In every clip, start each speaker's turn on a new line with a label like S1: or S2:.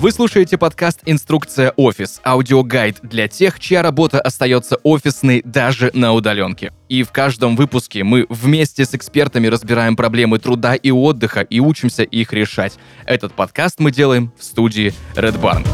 S1: Вы слушаете подкаст «Инструкция Офис» — аудиогайд для тех, чья работа остается офисной даже на удаленке. И в каждом выпуске мы вместе с экспертами разбираем проблемы труда и отдыха и учимся их решать. Этот подкаст мы делаем в студии Red Barn.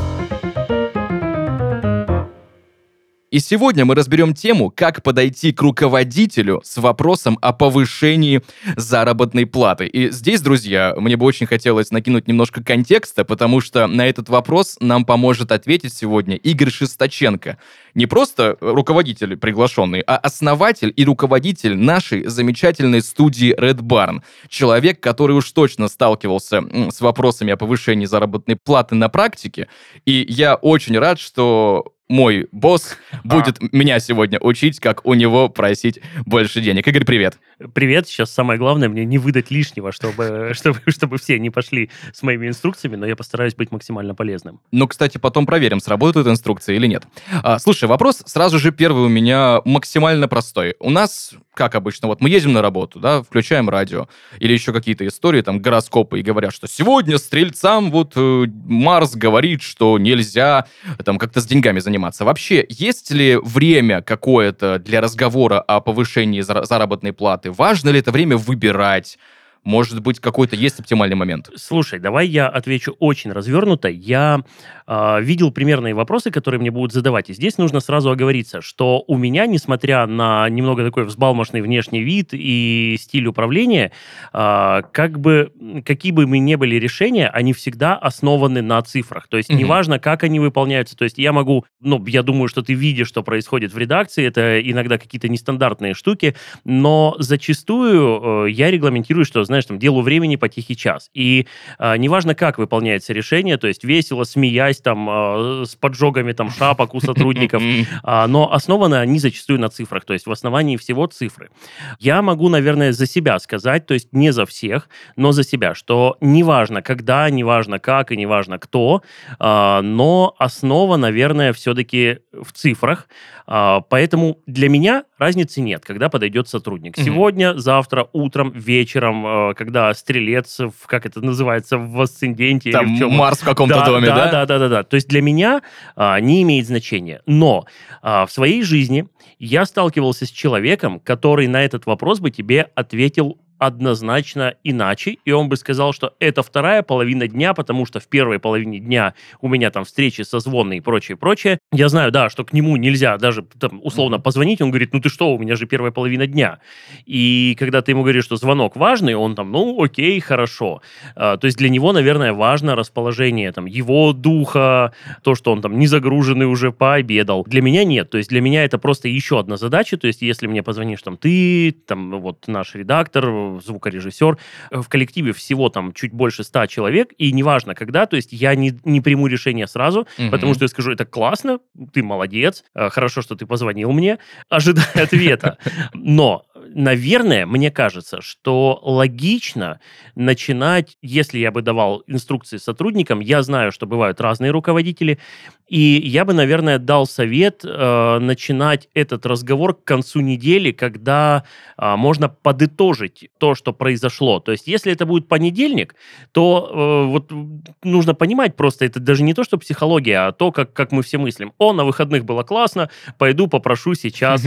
S1: И сегодня мы разберем тему, как подойти к руководителю с вопросом о повышении заработной платы. И здесь, друзья, мне бы очень хотелось накинуть немножко контекста, потому что на этот вопрос нам поможет ответить сегодня Игорь Шестаченко. Не просто руководитель приглашенный, а основатель и руководитель нашей замечательной студии Red Barn. Человек, который уж точно сталкивался с вопросами о повышении заработной платы на практике. И я очень рад, что мой босс будет меня сегодня учить, как у него просить больше денег. Игорь, привет.
S2: Привет. Сейчас самое главное мне не выдать лишнего, чтобы все не пошли с моими инструкциями, но я постараюсь быть максимально полезным.
S1: Ну, кстати, потом проверим, сработают инструкции или нет. Слушай, вопрос сразу же первый у меня максимально простой. У нас, как обычно, вот мы едем на работу, да, включаем радио или еще какие-то истории, там, гороскопы, и говорят, что сегодня стрельцам вот Марс говорит, что нельзя там как-то с деньгами заниматься. Вообще, есть ли время какое-то для разговора о повышении заработной платы? Важно ли это время выбирать? Может быть, какой-то есть оптимальный момент?
S2: Слушай, давай я отвечу очень развернуто. Я видел примерные вопросы, которые мне будут задавать. И здесь нужно сразу оговориться, что у меня, несмотря на немного такой взбалмошный внешний вид и стиль управления, как бы, какие бы мы ни были решения, они всегда основаны на цифрах. То есть неважно, как они выполняются. То есть я могу, я думаю, что ты видишь, что происходит в редакции. Это иногда какие-то нестандартные штуки. Но зачастую я регламентирую, что знаешь, там, делу времени по тихий час. И неважно, как выполняется решение, то есть весело, смеясь, там, с поджогами там, шапок у сотрудников, но основаны они зачастую на цифрах, то есть в основании всего цифры. Я могу, наверное, за себя сказать, то есть не за всех, но за себя, что неважно когда, неважно как и неважно кто, но основа, наверное, все-таки в цифрах. Поэтому для меня разницы нет, когда подойдет сотрудник. Сегодня, завтра, утром, вечером, когда стрелец, как это называется, в асценденте.
S1: Там
S2: или в чем
S1: Марс в каком-то доме, да?
S2: Да. То есть для меня не имеет значения. Но в своей жизни я сталкивался с человеком, который на этот вопрос бы тебе ответил однозначно иначе, и он бы сказал, что это вторая половина дня, потому что в первой половине дня у меня там встречи, созвоны и прочее. Я знаю, да, что к нему нельзя даже там, условно позвонить, он говорит, ну ты что, у меня же первая половина дня. И когда ты ему говоришь, что звонок важный, он там, окей, хорошо. То есть для него, наверное, важно расположение там его духа, то, что он там не загруженный уже пообедал. Для меня нет, то есть для меня это просто еще одна задача, то есть если мне позвонишь там ты, там вот наш редактор, звукорежиссер, в коллективе всего там чуть больше 100 человек, и неважно когда, то есть я не приму решение сразу, потому что я скажу, это классно, ты молодец, хорошо, что ты позвонил мне, ожидая ответа. Но, наверное, мне кажется, что логично начинать, если я бы давал инструкции сотрудникам, я знаю, что бывают разные руководители, и я бы, наверное, дал совет начинать этот разговор к концу недели, когда можно подытожить то, что произошло. То есть, если это будет понедельник, то вот нужно понимать просто, это даже не то, что психология, а то, как мы все мыслим. На выходных было классно, пойду попрошу сейчас,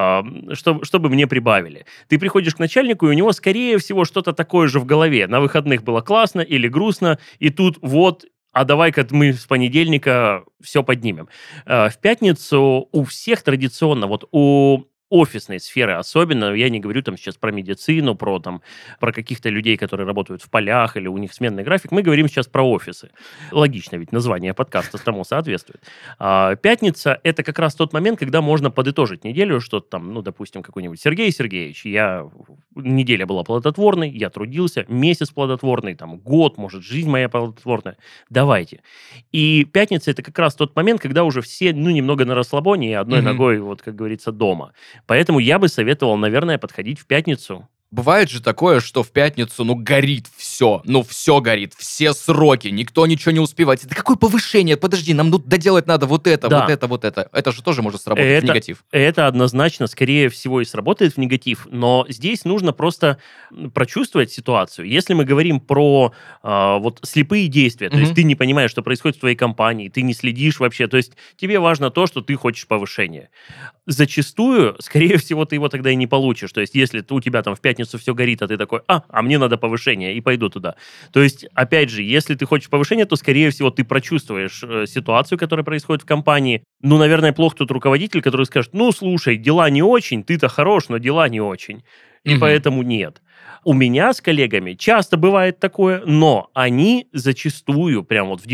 S2: чтобы мне прибавили. Ты приходишь к начальнику, и у него, скорее всего, что-то такое же в голове. На выходных было классно или грустно, и тут вот а давай-ка мы с понедельника все поднимем. В пятницу у всех традиционно, вот у офисной сферы особенно, я не говорю там сейчас про медицину, про каких-то людей, которые работают в полях или у них сменный график, мы говорим сейчас про офисы. Логично, ведь название подкаста тому соответствует. Пятница – это как раз тот момент, когда можно подытожить неделю, что там, допустим, какой-нибудь Сергей Сергеевич, неделя была плодотворной, я трудился, месяц плодотворный, там, год, может, жизнь моя плодотворная, давайте. И пятница – это как раз тот момент, когда уже все, немного на расслабоне и одной ногой, вот, как говорится, дома. Поэтому я бы советовал, наверное, подходить в пятницу
S1: Бывает же такое, что в пятницу, горит все. Все горит, все сроки, никто ничего не успевает. Это какое повышение? Подожди, нам доделать надо вот это, вот
S2: Да.
S1: это, вот это. Это же тоже может сработать в негатив.
S2: Это однозначно, скорее всего, и сработает в негатив, но здесь нужно просто прочувствовать ситуацию. Если мы говорим про вот слепые действия, то есть ты не понимаешь, что происходит в твоей компании, ты не следишь вообще, то есть тебе важно то, что ты хочешь повышения. Зачастую, скорее всего, ты его тогда и не получишь. То есть если у тебя там в пятницу все горит, а ты такой, а мне надо повышение, и пойду туда. То есть, опять же, если ты хочешь повышения, то, скорее всего, ты прочувствуешь ситуацию, которая происходит в компании. Наверное, плохо тут руководитель, который скажет, слушай, дела не очень, ты-то хорош, но дела не очень. И поэтому нет. У меня с коллегами часто бывает такое, но они зачастую, прям вот в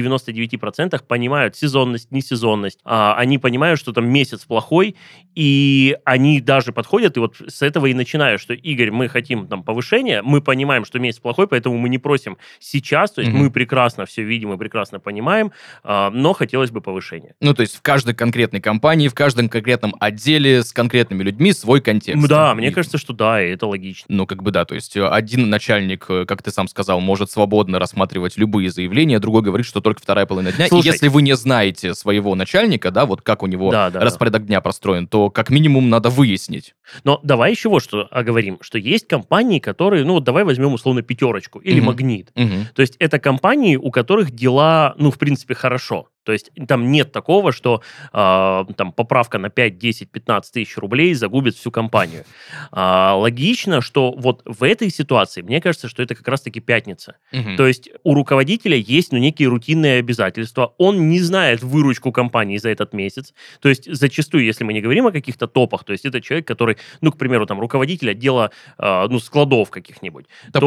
S2: 99% понимают сезонность, несезонность. Они понимают, что там месяц плохой, и они даже подходят, и вот с этого и начинают, что, Игорь, мы хотим там повышения, мы понимаем, что месяц плохой, поэтому мы не просим сейчас, то есть мы прекрасно все видим и прекрасно понимаем, но хотелось бы повышения.
S1: То есть в каждой конкретной компании, в каждом конкретном отделе с конкретными людьми свой контекст.
S2: Да, мне кажется, что да, и это логично.
S1: Да, то есть один начальник, как ты сам сказал, может свободно рассматривать любые заявления, другой говорит, что только вторая половина дня.
S2: Слушай,
S1: и если вы не знаете своего начальника, да, вот как у него распорядок дня простроен, то как минимум надо выяснить.
S2: Но давай еще вот что оговорим, что есть компании, которые, давай возьмем условно «Пятерочку» или «Магнит». То есть это компании, у которых дела, в принципе, хорошо. То есть там нет такого, что там поправка на 5, 10, 15 тысяч рублей загубит всю компанию. Логично, что вот в этой ситуации, мне кажется, что это как раз-таки пятница. То есть у руководителя есть некие рутинные обязательства, он не знает выручку компании за этот месяц. То есть зачастую, если мы не говорим о каких-то топах, то есть это человек, который, к примеру, там руководитель отдела складов каких-нибудь,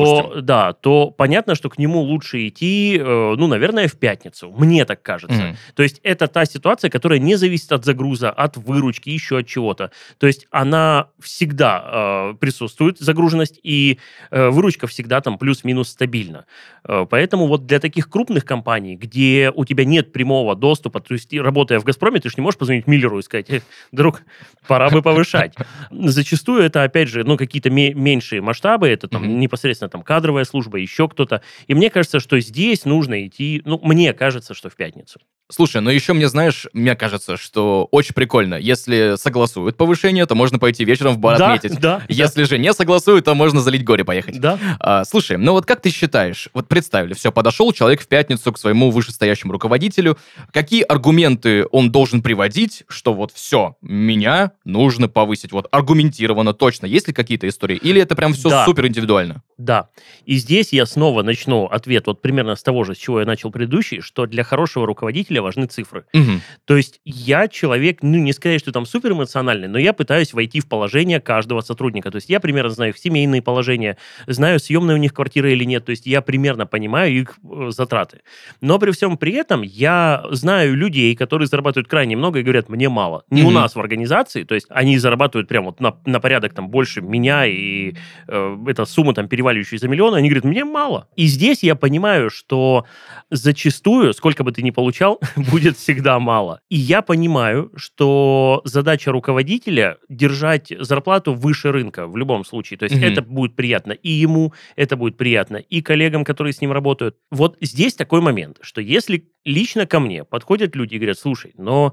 S2: то понятно, что к нему лучше идти, наверное, в пятницу. Мне так кажется. То есть это та ситуация, которая не зависит от загруза, от выручки, еще от чего-то. То есть она всегда присутствует, загруженность, и выручка всегда там плюс-минус стабильна. Поэтому вот для таких крупных компаний, где у тебя нет прямого доступа, то есть работая в «Газпроме», ты же не можешь позвонить Миллеру и сказать, друг, пора бы повышать. Зачастую это, опять же, какие-то меньшие масштабы, это там непосредственно там кадровая служба, еще кто-то. И мне кажется, что здесь нужно идти, мне кажется, что в пятницу.
S1: Слушай, еще мне кажется, что очень прикольно. Если согласуют повышение, то можно пойти вечером в бар отметить. Если же не согласуют, то можно залить горе поехать. Слушай, вот как ты считаешь, вот представили, все, подошел человек в пятницу к своему вышестоящему руководителю, какие аргументы он должен приводить, что вот все, меня нужно повысить, вот аргументированно, точно. Есть ли какие-то истории? Или это прям все супер индивидуально?
S2: Да. И здесь я снова начну ответ вот примерно с того же, с чего я начал предыдущий, что для хорошего руководителя важны цифры. То есть я человек, не сказать, что там супер эмоциональный, но я пытаюсь войти в положение каждого сотрудника. То есть я примерно знаю их семейные положения, знаю, съемная у них квартира или нет, то есть я примерно понимаю их затраты. Но при всем при этом я знаю людей, которые зарабатывают крайне много и говорят, мне мало. Не у нас в организации, то есть они зарабатывают прям вот на порядок там больше меня, и эта сумма там переваливающая за миллион, они говорят, мне мало. И здесь я понимаю, что зачастую, сколько бы ты ни получал, будет всегда мало. И я понимаю, что задача руководителя держать зарплату выше рынка в любом случае. То есть это будет приятно и ему, это будет приятно и коллегам, которые с ним работают. Вот здесь такой момент, что если лично ко мне подходят люди и говорят, слушай, но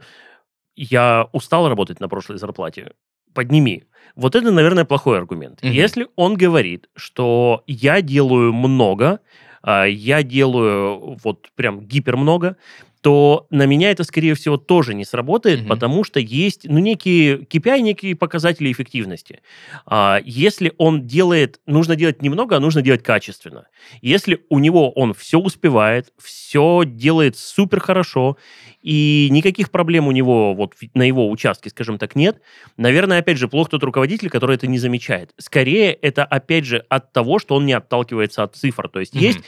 S2: я устал работать на прошлой зарплате, подними. Вот это, наверное, плохой аргумент. Если он говорит, что я делаю много, я делаю вот прям гипермного, то на меня это, скорее всего, тоже не сработает, потому что есть некие KPI, некие показатели эффективности. Если он делает, нужно делать немного, а нужно делать качественно. Если у него он все успевает, все делает супер хорошо, и никаких проблем у него вот на его участке, скажем так, нет, наверное, опять же, плох тот руководитель, который это не замечает. Скорее, это, опять же, от того, что он не отталкивается от цифр. То есть есть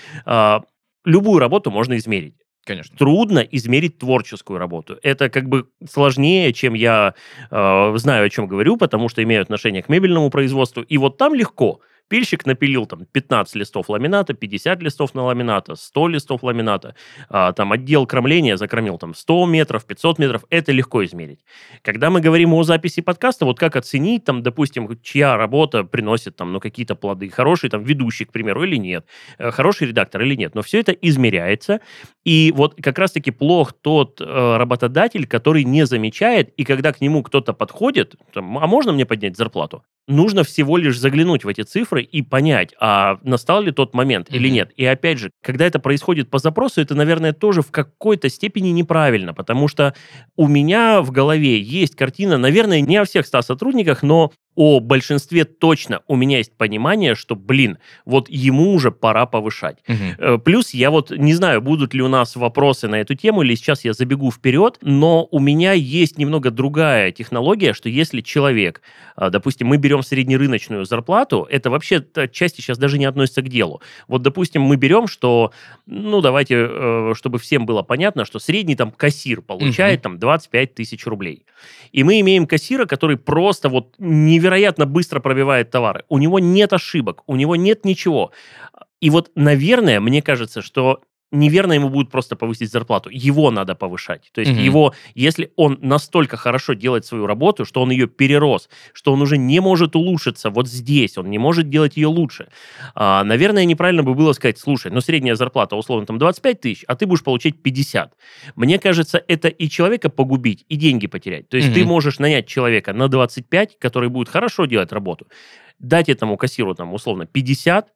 S2: любую работу можно измерить.
S1: Конечно.
S2: Трудно измерить творческую работу. Это как бы сложнее, чем я знаю, о чем говорю, потому что имею отношение к мебельному производству. И вот там легко. Пильщик напилил там 15 листов ламината, 50 листов на ламината, 100 листов ламината, там отдел кромления закромил там 100 метров, 500 метров, это легко измерить. Когда мы говорим о записи подкаста, вот как оценить, там, допустим, чья работа приносит там, ну, какие-то плоды, хороший там ведущий, к примеру, или нет, хороший редактор или нет, но все это измеряется, и вот как раз-таки плох тот работодатель, который не замечает, и когда к нему кто-то подходит, там, а можно мне поднять зарплату? Нужно всего лишь заглянуть в эти цифры и понять, а настал ли тот момент или нет. И опять же, когда это происходит по запросу, это, наверное, тоже в какой-то степени неправильно, потому что у меня в голове есть картина, наверное, не о всех 100 сотрудниках, но о большинстве точно у меня есть понимание, что, вот ему уже пора повышать. Плюс я вот не знаю, будут ли у нас вопросы на эту тему, или сейчас я забегу вперед, но у меня есть немного другая технология, что если человек, допустим, мы берем среднерыночную зарплату, это вообще отчасти сейчас даже не относится к делу. Вот, допустим, мы берем, что, ну, давайте, чтобы всем было понятно, что средний там кассир получает там 25 тысяч рублей. И мы имеем кассира, который просто вот невероятно быстро пробивает товары. У него нет ошибок, у него нет ничего. И вот, наверное, мне кажется, что неверно ему будет просто повысить зарплату. Его надо повышать. То есть его, если он настолько хорошо делает свою работу, что он ее перерос, что он уже не может улучшиться вот здесь, он не может делать ее лучше. Наверное, неправильно бы было сказать, слушай, ну средняя зарплата условно там 25 тысяч, а ты будешь получать 50. Мне кажется, это и человека погубить, и деньги потерять. То есть ты можешь нанять человека на 25, который будет хорошо делать работу, дать этому кассиру там условно 50,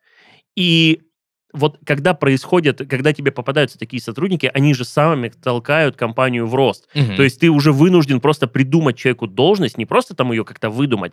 S2: и вот когда тебе попадаются такие сотрудники, они же самыми толкают компанию в рост. То есть ты уже вынужден просто придумать человеку должность, не просто там ее как-то выдумать,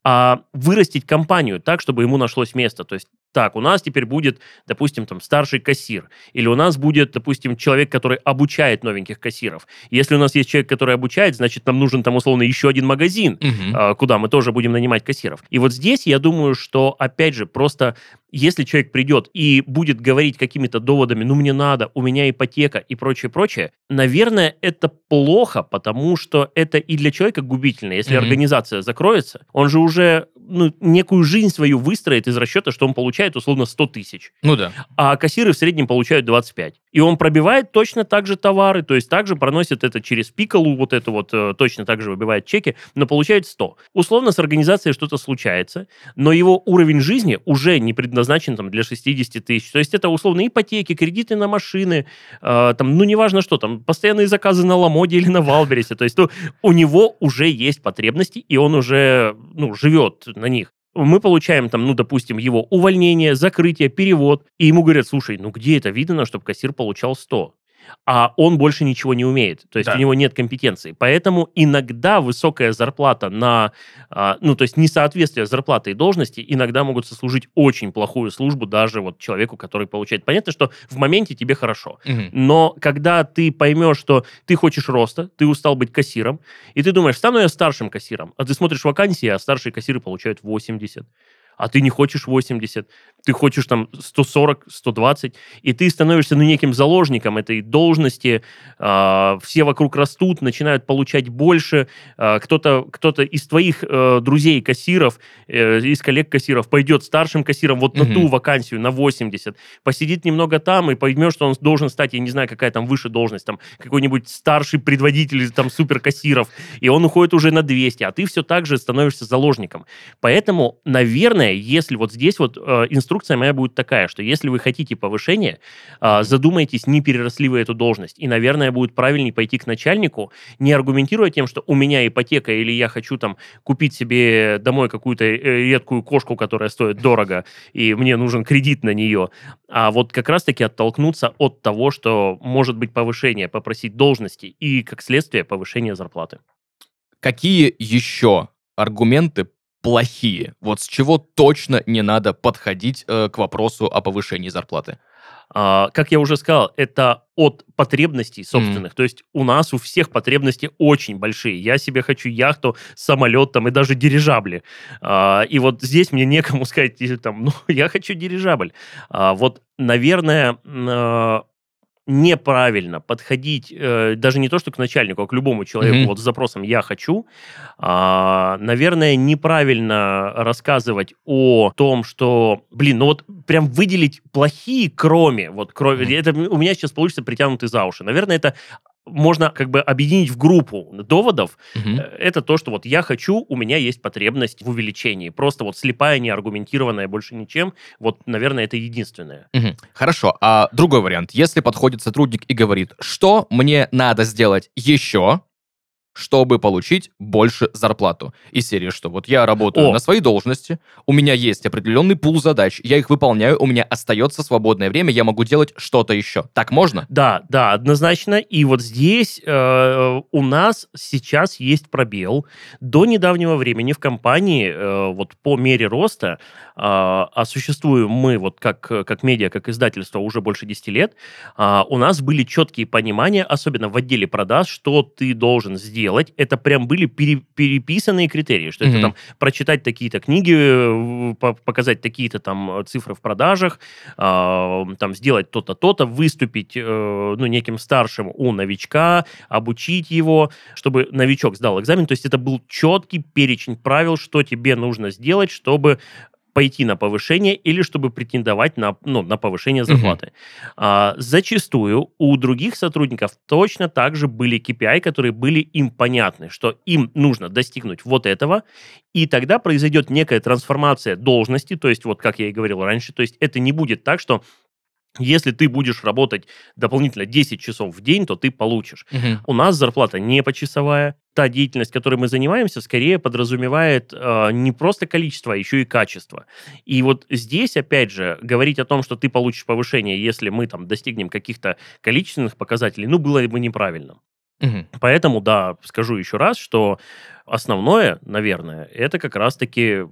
S2: а вырастить компанию так, чтобы ему нашлось место. То есть так, у нас теперь будет, допустим, там старший кассир, или у нас будет, допустим, человек, который обучает новеньких кассиров. Если у нас есть человек, который обучает, значит, нам нужен там условно еще один магазин, куда мы тоже будем нанимать кассиров. И вот здесь я думаю, что, опять же, просто если человек придет и будет говорить какими-то доводами, ну, мне надо, у меня ипотека и прочее, наверное, это плохо, потому что это и для человека губительно. Если организация закроется, он же уже некую жизнь свою выстроит из расчета, что он получает условно 100 тысяч.
S1: Ну да.
S2: А кассиры в среднем получают 25. И он пробивает точно так же товары, то есть также проносит это через пикалу, вот это вот точно так же выбивает чеки, но получает 100. Условно с организацией что-то случается, но его уровень жизни уже не предназначен там для 60 тысяч. То есть это условно ипотеки, кредиты на машины, там, ну неважно что, там постоянные заказы на Ламоде или на Валбересе. То есть у него уже есть потребности, и он уже живет на них. Мы получаем там, ну, допустим, его увольнение, закрытие, перевод, и ему говорят, слушай, ну где это видно, чтобы кассир получал 100? А он больше ничего не умеет, то есть у него нет компетенции. Поэтому иногда высокая зарплата то есть несоответствие зарплаты и должности иногда могут сослужить очень плохую службу даже вот человеку, который получает. Понятно, что в моменте тебе хорошо, но когда ты поймешь, что ты хочешь роста, ты устал быть кассиром, и ты думаешь, стану я старшим кассиром, а ты смотришь вакансии, а старшие кассиры получают 80. А ты не хочешь 80, ты хочешь там 140, 120, и ты становишься неким заложником этой должности, все вокруг растут, начинают получать больше, кто-то из твоих друзей-кассиров, из коллег-кассиров пойдет старшим кассиром вот на ту вакансию, на 80, посидит немного там и поймет, что он должен стать, я не знаю, какая там выше должность, там какой-нибудь старший предводитель там суперкассиров, и он уходит уже на 200, а ты все так же становишься заложником. Поэтому, наверное, если вот здесь вот инструкция моя будет такая, что если вы хотите повышения, задумайтесь, не переросли вы эту должность. И, наверное, будет правильнее пойти к начальнику, не аргументируя тем, что у меня ипотека или я хочу там купить себе домой какую-то редкую кошку, которая стоит дорого, и мне нужен кредит на нее. А вот как раз-таки оттолкнуться от того, что может быть повышение, попросить должности и, как следствие, повышение зарплаты.
S1: Какие еще аргументы плохие? Вот с чего точно не надо подходить к вопросу о повышении зарплаты?
S2: Как я уже сказал, это от потребностей собственных. То есть у нас у всех потребности очень большие. Я себе хочу яхту, самолет там, и даже дирижабли. И вот здесь мне некому сказать, там, я хочу дирижабль. Вот, наверное, неправильно подходить, даже не то, что к начальнику, а к любому человеку
S1: Мгм.
S2: вот с запросом «я хочу». Наверное, неправильно рассказывать о том, что, ну вот прям выделить плохие, кроме,
S1: Мгм.
S2: это у меня сейчас получится притянутый за уши. Наверное, это можно как бы объединить в группу доводов.
S1: Мгм.
S2: Это то, что вот я хочу, у меня есть потребность в увеличении. Просто вот слепая, неаргументированная, больше ничем. Вот, наверное, это единственное.
S1: Мгм. Хорошо, а другой вариант. Если подходит сотрудник и говорит, что мне надо сделать еще, чтобы получить больше зарплату. Из серии, что вот я работаю на
S2: О,
S1: своей должности, у меня есть определенный пул задач, я их выполняю, у меня остается свободное время, я могу делать что-то еще. Так можно?
S2: да, да, однозначно. И вот здесь у нас сейчас есть пробел. До недавнего времени в компании, вот по мере роста, а существуем мы вот как медиа, как издательство уже больше 10 лет, у нас были четкие понимания, особенно в отделе продаж, что ты должен сделать. Это прям были переписанные критерии, что это
S1: Мгм.
S2: там прочитать такие-то книги, показать такие-то там цифры в продажах, там сделать то-то, то-то, выступить, ну, неким старшим у новичка, обучить его, чтобы новичок сдал экзамен. То есть это был четкий перечень правил, что тебе нужно сделать, чтобы пойти на повышение или чтобы претендовать на, ну, на повышение
S1: Мгм.
S2: зарплаты. Зачастую у других сотрудников точно так же были KPI, которые были им понятны, что им нужно достигнуть вот этого, и тогда произойдет некая трансформация должности, то есть вот как я и говорил раньше, то есть это не будет так, что если ты будешь работать дополнительно 10 часов в день, то ты получишь.
S1: Мгм.
S2: У нас зарплата не почасовая. Та деятельность, которой мы занимаемся, скорее подразумевает не просто количество, а еще и качество. И вот здесь, опять же, говорить о том, что ты получишь повышение, если мы там достигнем каких-то количественных показателей, ну, было бы неправильно.
S1: Мгм.
S2: Поэтому, да, скажу еще раз, что основное, наверное, это как раз-таки,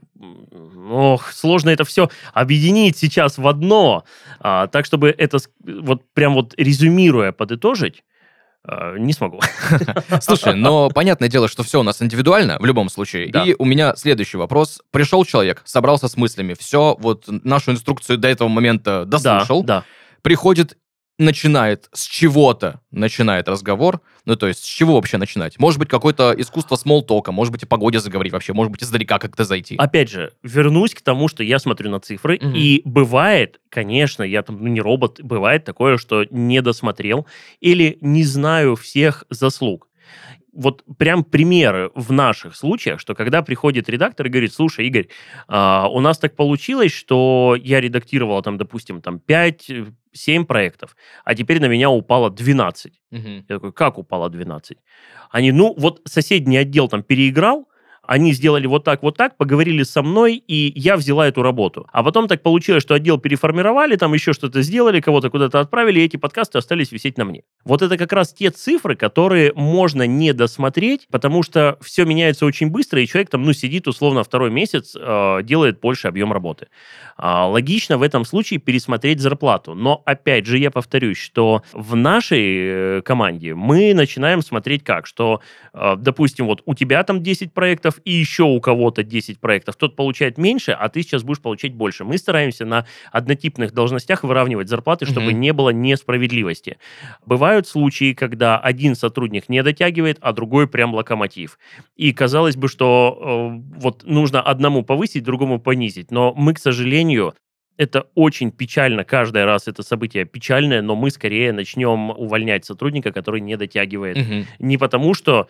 S2: сложно это все объединить сейчас в одно, так, чтобы это, вот прям вот резюмируя, подытожить, не смогу.
S1: Слушай, но понятное дело, что все у нас индивидуально в любом случае.
S2: Да,
S1: И у меня следующий вопрос. Пришел человек, собрался с мыслями, все, вот нашу инструкцию до этого момента
S2: да,
S1: дослушал,
S2: да.
S1: приходит, начинает с чего-то, начинает разговор. Ну, то есть, с чего вообще начинать? Может быть, какое-то искусство смолтока, может быть, о погоде заговорить вообще, может быть, издалека как-то зайти.
S2: Опять же, вернусь к тому, что я смотрю на цифры,
S1: Мгм.
S2: и бывает, конечно, я там, ну, не робот, бывает такое, что не досмотрел или не знаю всех заслуг. Вот прям примеры в наших случаях, что когда приходит редактор и говорит: слушай, Игорь, у нас так получилось, что я редактировал там, допустим, там 5-7 проектов, а теперь на меня упало 12.
S1: Мгм.
S2: Я такой: как упало 12? Они: ну, вот соседний отдел там переиграл, они сделали вот так, поговорили со мной, и я взяла эту работу. А потом так получилось, что отдел переформировали, там еще что-то сделали, кого-то куда-то отправили, и эти подкасты остались висеть на мне. Вот это как раз те цифры, которые можно не досмотреть, потому что все меняется очень быстро, и человек там, ну, сидит условно второй месяц, делает больше объем работы. Логично в этом случае пересмотреть зарплату. Но, опять же, я повторюсь, что в нашей команде мы начинаем смотреть как, что, допустим, вот у тебя там 10 проектов, и еще у кого-то 10 проектов. Тот получает меньше, а ты сейчас будешь получать больше. Мы стараемся на однотипных должностях выравнивать зарплаты, чтобы
S1: Мгм.
S2: не было несправедливости. Бывают случаи, когда один сотрудник не дотягивает, а другой прям локомотив. И казалось бы, что вот нужно одному повысить, другому понизить. Но мы, к сожалению, это очень печально, каждый раз это событие печальное, но мы скорее начнем увольнять сотрудника, который не дотягивает.
S1: Мгм.
S2: Не потому, что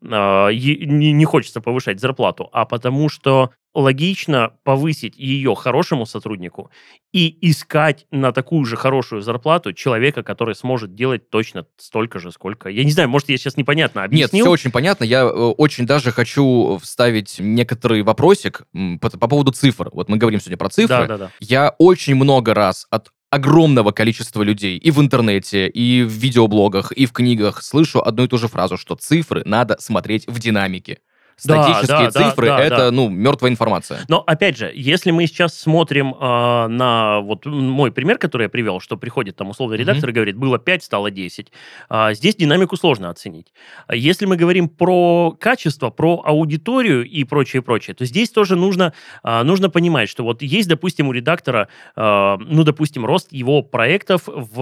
S2: не хочется повышать зарплату, а потому что логично повысить ее хорошему сотруднику и искать на такую же хорошую зарплату человека, который сможет делать точно столько же, сколько... Я не знаю, может, я сейчас непонятно
S1: Нет, все
S2: объяснил?
S1: очень понятно. Я очень даже хочу вставить некоторый вопросик по поводу цифр. Вот мы говорим сегодня про цифры.
S2: Да-да-да.
S1: Я очень много раз от огромного количества людей и в интернете, и в видеоблогах, и в книгах слышу одну и ту же фразу, что цифры надо смотреть в динамике. Статические цифры — это, мертвая информация.
S2: Но, опять же, если мы сейчас смотрим на вот мой пример, который я привел, что приходит там условный редактор и говорит, было 5, стало 10. Здесь динамику сложно оценить. Если мы говорим про качество, про аудиторию и прочее, то здесь тоже нужно понимать, что вот есть, допустим, у редактора, допустим, рост его проектов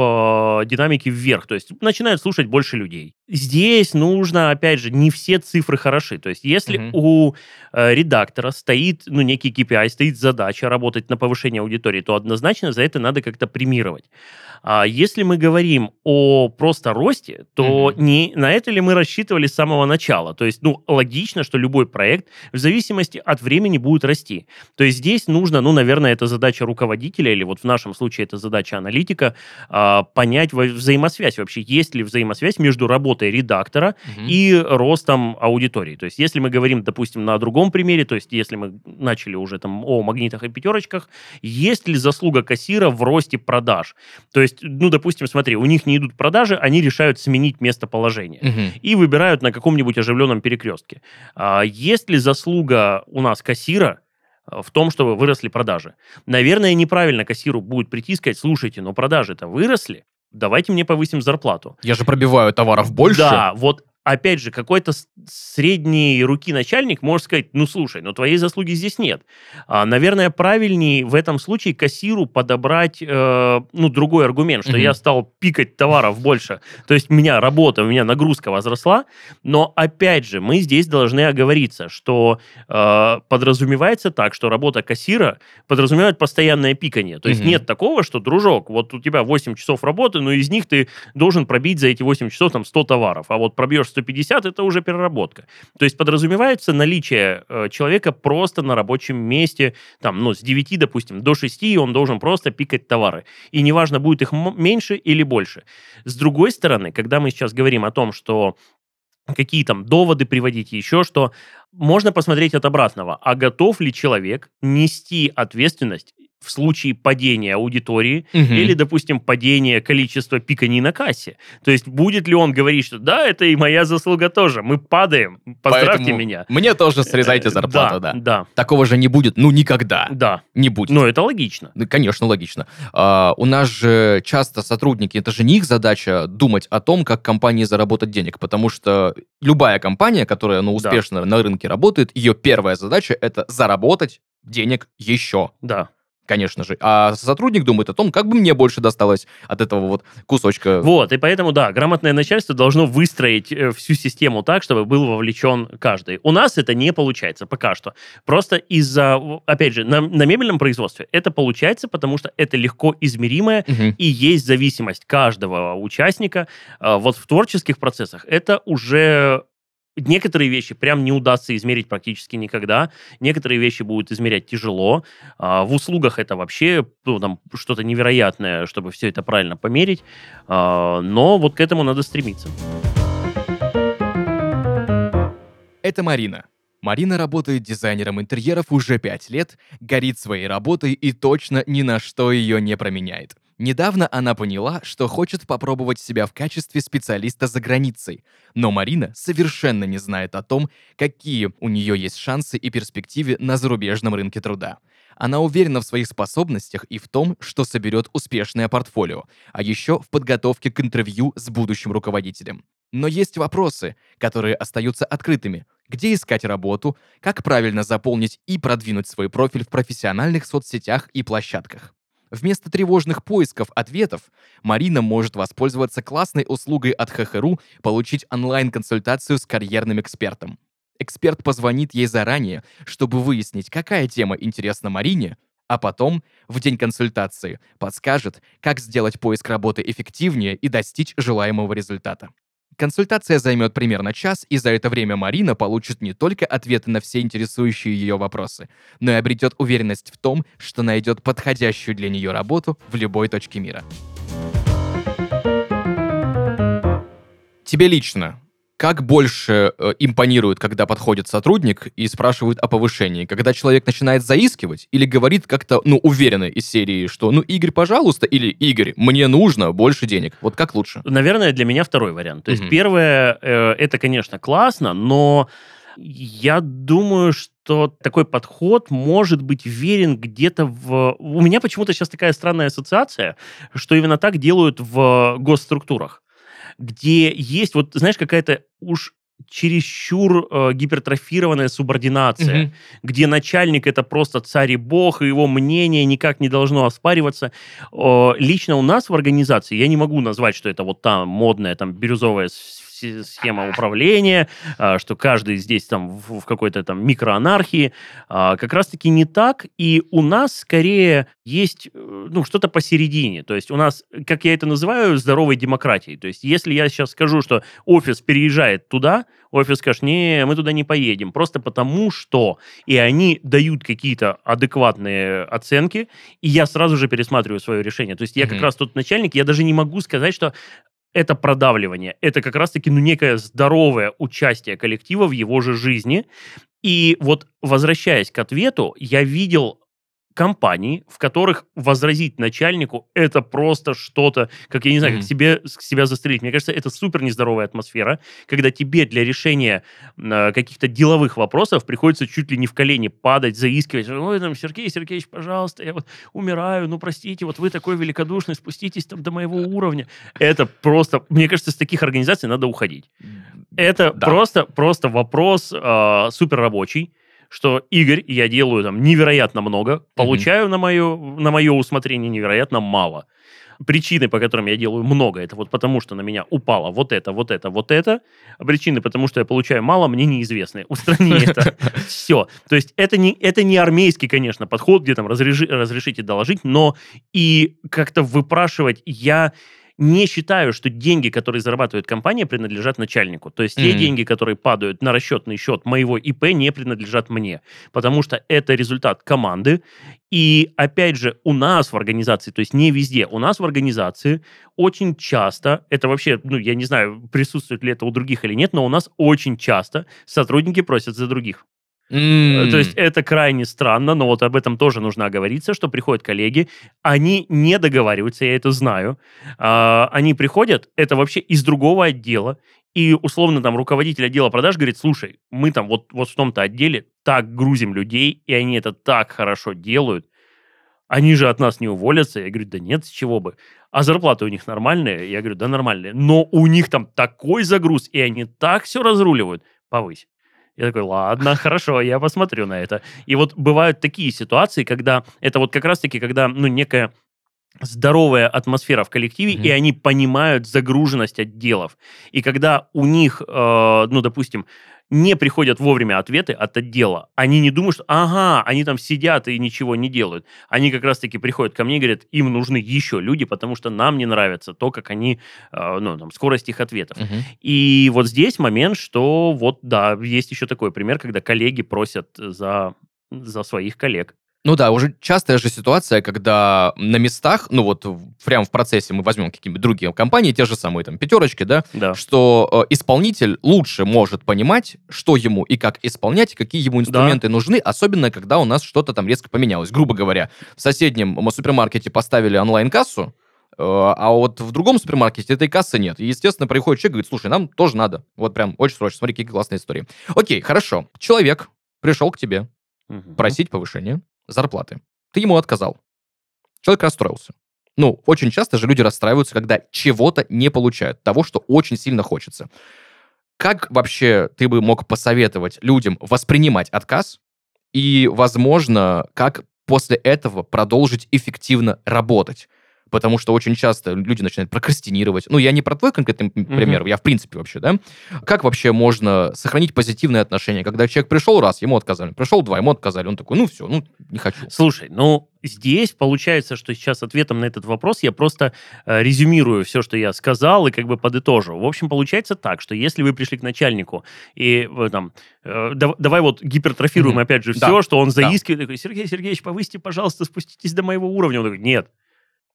S2: в динамике вверх, то есть начинают слушать больше людей. Здесь нужно, опять же, не все цифры хороши. То есть если у редактора стоит, некий KPI, стоит задача работать на повышение аудитории, то однозначно за это надо как-то премировать. А если мы говорим о просто росте, то не на это ли мы рассчитывали с самого начала? То есть, логично, что любой проект в зависимости от времени будет расти. То есть здесь нужно, наверное, это задача руководителя, или вот в нашем случае это задача аналитика, понять взаимосвязь вообще, есть ли взаимосвязь между работой редактора и ростом аудитории. То есть если мы говорим, допустим, на другом примере, то есть если мы начали уже там о магнитах и пятерочках, есть ли заслуга кассира в росте продаж? То есть, допустим, смотри, у них не идут продажи, они решают сменить местоположение и выбирают на каком-нибудь оживленном перекрестке. Есть ли заслуга у нас кассира в том, чтобы выросли продажи? Наверное, неправильно кассиру будет прийти и сказать, слушайте, но продажи-то выросли, давайте мне повысим зарплату.
S1: Я же пробиваю товаров больше.
S2: Да, вот опять же, какой-то средней руки начальник может сказать, слушай, твоей заслуги здесь нет. Наверное, правильнее в этом случае кассиру подобрать, другой аргумент, что я стал пикать товаров больше. То есть у меня работа, у меня нагрузка возросла, но опять же, мы здесь должны оговориться, что подразумевается так, что работа кассира подразумевает постоянное пикание. То есть нет такого, что, дружок, вот у тебя 8 часов работы, но из них ты должен пробить за эти 8 часов 100 товаров, а вот пробьешь 150, это уже переработка. То есть подразумевается наличие человека просто на рабочем месте, с 9, допустим, до 6, и он должен просто пикать товары. И неважно, будет их меньше или больше. С другой стороны, когда мы сейчас говорим о том, что какие там доводы приводить, еще что, можно посмотреть от обратного. А готов ли человек нести ответственность в случае падения аудитории или, допустим, падения количества пиканий на кассе? То есть будет ли он говорить, что да, это и моя заслуга тоже, мы падаем, поздравьте
S1: Поэтому
S2: меня.
S1: Мне тоже срезайте зарплату,
S2: да.
S1: Такого же не будет, никогда.
S2: Да.
S1: Не будет.
S2: Это логично.
S1: Конечно, логично. У нас же часто сотрудники, это же не их задача думать о том, как компании заработать денег, потому что любая компания, которая, успешно на рынке работает, ее первая задача — это заработать денег еще.
S2: Да.
S1: Конечно же. А сотрудник думает о том, как бы мне больше досталось от этого вот кусочка.
S2: И поэтому, грамотное начальство должно выстроить всю систему так, чтобы был вовлечен каждый. У нас это не получается пока что. Просто из-за, опять же, на мебельном производстве это получается, потому что это легко измеримое, и есть зависимость каждого участника. Вот в творческих процессах это уже... Некоторые вещи прям не удастся измерить практически никогда. Некоторые вещи будут измерять тяжело. В услугах это вообще что-то невероятное, чтобы все это правильно померить. Но вот к этому надо стремиться.
S1: Это Марина. Марина работает дизайнером интерьеров уже 5 лет, горит своей работой и точно ни на что ее не променяет. Недавно она поняла, что хочет попробовать себя в качестве специалиста за границей, но Марина совершенно не знает о том, какие у нее есть шансы и перспективы на зарубежном рынке труда. Она уверена в своих способностях и в том, что соберет успешное портфолио, а еще в подготовке к интервью с будущим руководителем. Но есть вопросы, которые остаются открытыми. Где искать работу, как правильно заполнить и продвинуть свой профиль в профессиональных соцсетях и площадках. Вместо тревожных поисков ответов Марина может воспользоваться классной услугой от ХХРУ получить онлайн-консультацию с карьерным экспертом. Эксперт позвонит ей заранее, чтобы выяснить, какая тема интересна Марине, а потом, в день консультации, подскажет, как сделать поиск работы эффективнее и достичь желаемого результата. Консультация займет примерно час, и за это время Марина получит не только ответы на все интересующие ее вопросы, но и обретет уверенность в том, что найдет подходящую для нее работу в любой точке мира. Тебе лично как больше импонирует, когда подходит сотрудник и спрашивает о повышении? Когда человек начинает заискивать или говорит как-то, уверенно из серии, что, Игорь, пожалуйста, или Игорь, мне нужно больше денег. Вот как лучше?
S2: Наверное, для меня второй вариант. То есть первое, это, конечно, классно, но Я думаю, что такой подход может быть верен где-то в... У меня почему-то сейчас такая странная ассоциация, что именно так делают в госструктурах, где есть, вот, знаешь, какая-то уж чересчур гипертрофированная субординация,
S1: Мгм.
S2: где начальник это просто царь и бог, и его мнение никак не должно оспариваться. Лично у нас в организации я не могу назвать, что это вот та модная там бирюзовая схема управления, что каждый здесь там в какой-то там микроанархии. Как раз-таки не так, и у нас скорее есть ну, что-то посередине. То есть у нас, как я это называю, здоровой демократией. То есть если я сейчас скажу, что офис переезжает туда, офис скажет, не, мы туда не поедем, просто потому что, и они дают какие-то адекватные оценки, и я сразу же пересматриваю свое решение. То есть я как
S1: Мгм.
S2: раз тот начальник, я даже не могу сказать, что это продавливание, это как раз-таки ну, некое здоровое участие коллектива в его же жизни. И вот возвращаясь к ответу, я видел компаний, в которых возразить начальнику это просто что-то, как я не знаю, как
S1: Мгм.
S2: себя застрелить. Мне кажется, это супер нездоровая атмосфера, когда тебе для решения каких-то деловых вопросов приходится чуть ли не в колени падать, заискивать. Ой, там, Сергей Сергеевич, пожалуйста, я вот умираю, ну простите, вот вы такой великодушный, спуститесь там до моего уровня. Это просто, мне кажется, с таких организаций надо уходить. Это
S1: Да.
S2: просто вопрос супер рабочий, что Игорь, я делаю там невероятно много,
S1: Мгм.
S2: получаю на мое усмотрение невероятно мало. Причины, по которым я делаю много, это вот потому, что на меня упало вот это, вот это, вот это. А причины, потому что я получаю мало, мне неизвестны. Устрани это. Все. То есть это не армейский, конечно, подход, где там разрешите доложить, но и как-то выпрашивать я не считаю, что деньги, которые зарабатывает компания, принадлежат начальнику. То есть те
S1: Мгм.
S2: деньги, которые падают на расчетный счет моего ИП, не принадлежат мне. Потому что это результат команды. И опять же, у нас в организации, то есть не везде, у нас в организации очень часто, это вообще, ну, я не знаю, присутствует ли это у других или нет, но у нас очень часто сотрудники просят за других. То есть это крайне странно, но вот об этом тоже нужно оговориться, что приходят коллеги, они не договариваются, я это знаю. Они приходят, это вообще из другого отдела, и условно там руководитель отдела продаж говорит, слушай, мы там вот в том-то отделе так грузим людей, и они это так хорошо делают, они же от нас не уволятся. Я говорю, да нет, с чего бы. А зарплаты у них нормальные? Я говорю, да нормальные. Но у них там такой загруз, и они так все разруливают. Повысь. Я такой, ладно, хорошо, я посмотрю на это. И вот бывают такие ситуации, когда это вот как раз-таки, когда, ну, некая здоровая атмосфера в коллективе, и
S1: Мгм.
S2: они понимают загруженность отделов. И когда у них, ну, допустим, не приходят вовремя ответы от отдела, они не думают, что, ага, они там сидят и ничего не делают. Они как раз-таки приходят ко мне и говорят, им нужны еще люди, потому что нам не нравится то, как они, ну, там, скорость их ответов.
S1: Мгм.
S2: И вот здесь момент, что вот, да, есть еще такой пример, когда коллеги просят за своих коллег.
S1: Ну да, уже частая же ситуация, когда на местах, ну вот прямо в процессе мы возьмем какие-нибудь другие компании, те же самые там пятерочки, да,
S2: Да.
S1: что исполнитель лучше может понимать, что ему и как исполнять, и какие ему
S2: Да.
S1: инструменты нужны, особенно когда у нас что-то там резко поменялось. Грубо говоря, в соседнем супермаркете поставили онлайн-кассу, а вот в другом супермаркете этой кассы нет. И, естественно, приходит человек и говорит, слушай, нам тоже надо. Вот прям очень срочно, смотри, какие классные истории. Окей, хорошо. Человек пришел к тебе
S2: Мгм.
S1: просить повышения зарплаты. Ты ему отказал. Человек расстроился. Ну, очень часто же люди расстраиваются, когда чего-то не получают, того, что очень сильно хочется. Как вообще ты бы мог посоветовать людям воспринимать отказ и, возможно, как после этого продолжить эффективно работать? Потому что очень часто люди начинают прокрастинировать. Ну, я не про твой конкретный
S2: Мгм.
S1: пример, я в принципе вообще, да? Как вообще можно сохранить позитивные отношения, когда человек пришел раз, ему отказали, пришел два, ему отказали, он такой, ну все, ну не хочу.
S2: Слушай, ну здесь получается, что сейчас ответом на этот вопрос я просто резюмирую все, что я сказал, и как бы подытожу. В общем, получается так, что если вы пришли к начальнику и там, давай вот гипертрофируем
S1: Мгм.
S2: опять же
S1: Да,
S2: все, что он
S1: да.
S2: заискивает, такой, Сергей Сергеевич, повысьте, пожалуйста, спуститесь до моего уровня. Он такой, нет,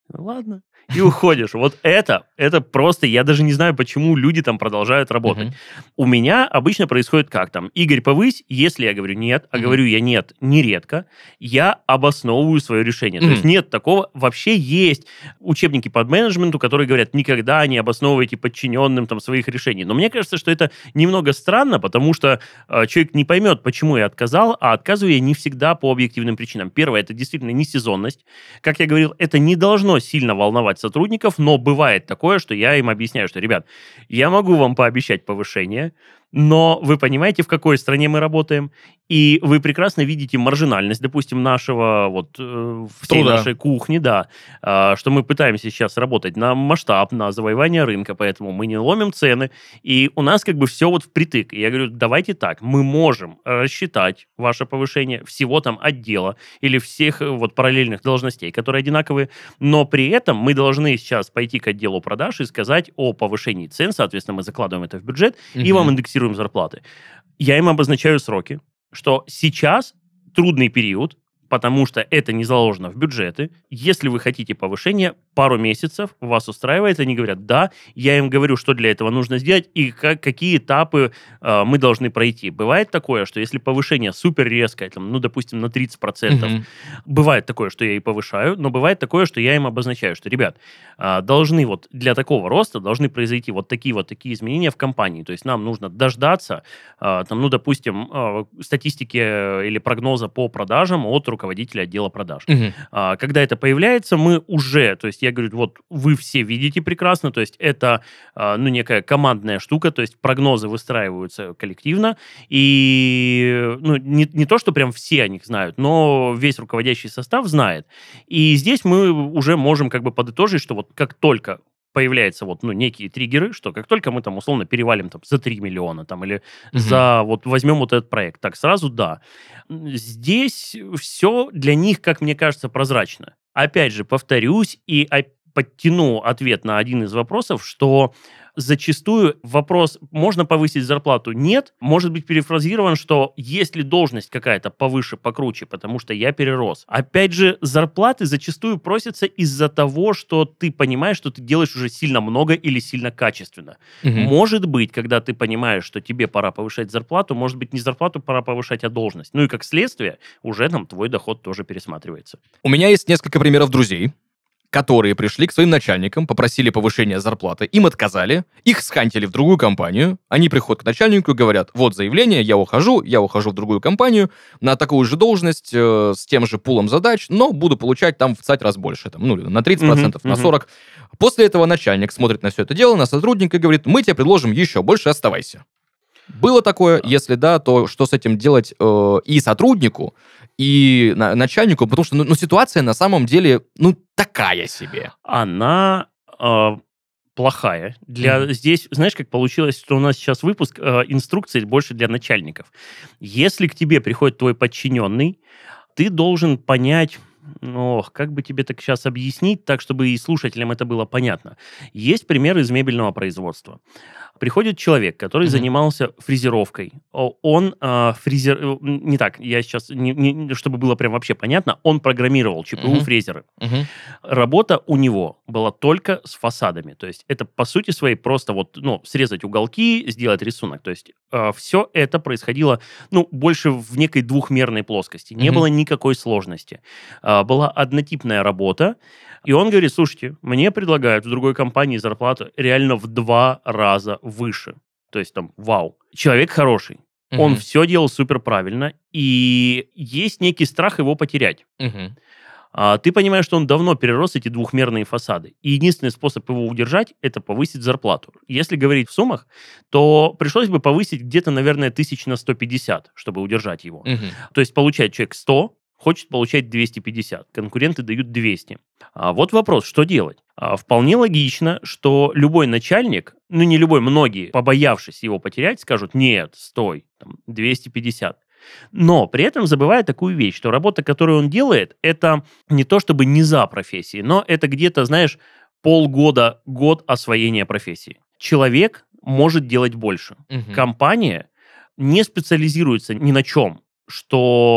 S2: Ладно. И уходишь. Вот это просто, я даже не знаю, почему люди там продолжают работать. У меня обычно происходит как там, Игорь, повысь, если я говорю нет, а говорю я нет нередко, я обосновываю свое решение. То есть нет такого, вообще есть учебники по менеджменту, которые говорят, никогда не обосновывайте подчиненным там своих решений. Но мне кажется, что это немного странно, потому что человек не поймет, почему я отказал, а отказываю я не всегда по объективным причинам. Первое, это действительно не сезонность. Как я говорил, это не должно сильно волновать сотрудников, но бывает такое, что я им объясняю, что, ребят, я могу вам пообещать повышение, но вы понимаете, в какой стране мы работаем, и вы прекрасно видите маржинальность, допустим, нашего, всей нашей кухни, да, что мы пытаемся сейчас работать на масштаб, на завоевание рынка, поэтому мы не ломим цены, и у нас как бы все вот впритык. И я говорю, давайте так, мы можем рассчитать ваше повышение всего там отдела или всех вот параллельных должностей, которые одинаковые, но при этом мы должны сейчас пойти к отделу продаж и сказать о повышении цен, соответственно, мы закладываем это в бюджет, и вам индексируем зарплаты. Я им обозначаю сроки, что сейчас трудный период, потому что это не заложено в бюджеты. Если вы хотите повышения, пару месяцев вас устраивает, они говорят, да, я им говорю, что для этого нужно сделать и какие этапы мы должны пройти. Бывает такое, что если повышение супер резкое, там, допустим, на 30%, бывает такое, что я и повышаю, но бывает такое, что я им обозначаю, что, ребят, должны вот для такого роста должны произойти вот такие изменения в компании. То есть нам нужно дождаться, там, допустим, статистики или прогноза по продажам от руководителя отдела продаж. Когда это появляется, мы уже, то есть я говорю, вот вы все видите прекрасно, то есть это, некая командная штука, то есть прогнозы выстраиваются коллективно, и, не то, что прям все о них знают, но весь руководящий состав знает. И здесь мы уже можем как бы подытожить, что вот как только появляются некие триггеры, что как только мы там условно перевалим там за 3 миллиона там, или возьмем вот этот проект, так сразу да. Здесь все для них, как мне кажется, прозрачно. Опять же, повторюсь и подтяну ответ на один из вопросов, что зачастую вопрос, можно повысить зарплату? Нет. Может быть перефразирован, что есть ли должность какая-то повыше, покруче, потому что я перерос. Опять же, зарплаты зачастую просятся из-за того, что ты понимаешь, что ты делаешь уже сильно много или сильно качественно. Может быть, когда ты понимаешь, что тебе пора повышать зарплату, может быть, не зарплату пора повышать, а должность. Ну и как следствие, уже там твой доход тоже пересматривается.
S1: У меня есть несколько примеров друзей, которые пришли к своим начальникам, попросили повышения зарплаты, им отказали, их схантили в другую компанию, они приходят к начальнику и говорят, вот заявление, я ухожу в другую компанию на такую же должность, с тем же пулом задач, но буду получать там в 20 раз больше, там, на 30%, на 40%. После этого начальник смотрит на все это дело, на сотрудника и говорит, мы тебе предложим еще больше, оставайся. Было такое? Если да, то что с этим делать и сотруднику, и начальнику? Потому что ситуация на самом деле, такая себе.
S2: Она плохая. Здесь, знаешь, как получилось, что у нас сейчас выпуск инструкций больше для начальников. Если к тебе приходит твой подчиненный, ты должен понять... как бы тебе так сейчас объяснить, так, чтобы и слушателям это было понятно. Есть пример из мебельного производства. Приходит человек, который занимался фрезеровкой. Он не так, я сейчас, чтобы было прям вообще понятно, он программировал ЧПУ-фрезеры. Работа у него была только с фасадами. То есть это, по сути своей, просто срезать уголки, сделать рисунок. То есть все это происходило, больше в некой двухмерной плоскости. Не было никакой сложности. Была однотипная работа, и он говорит, слушайте, мне предлагают в другой компании зарплату реально в 2 раза выше. То есть там, вау. Человек хороший. Он все делал супер правильно, и есть некий страх его потерять. Ты понимаешь, что он давно перерос эти двухмерные фасады. И единственный способ его удержать – это повысить зарплату. Если говорить в суммах, то пришлось бы повысить где-то, наверное, 150, чтобы удержать его. То есть получает человек 100, хочет получать 250. Конкуренты дают 200. Вот вопрос, что делать? Вполне логично, что любой начальник, не любой, многие, побоявшись его потерять, скажут, нет, стой, 250. Но при этом забывая такую вещь, что работа, которую он делает, это не то чтобы не за профессией, но это где-то, знаешь, полгода, год освоения профессии. Человек может делать больше. Компания не специализируется ни на чем, что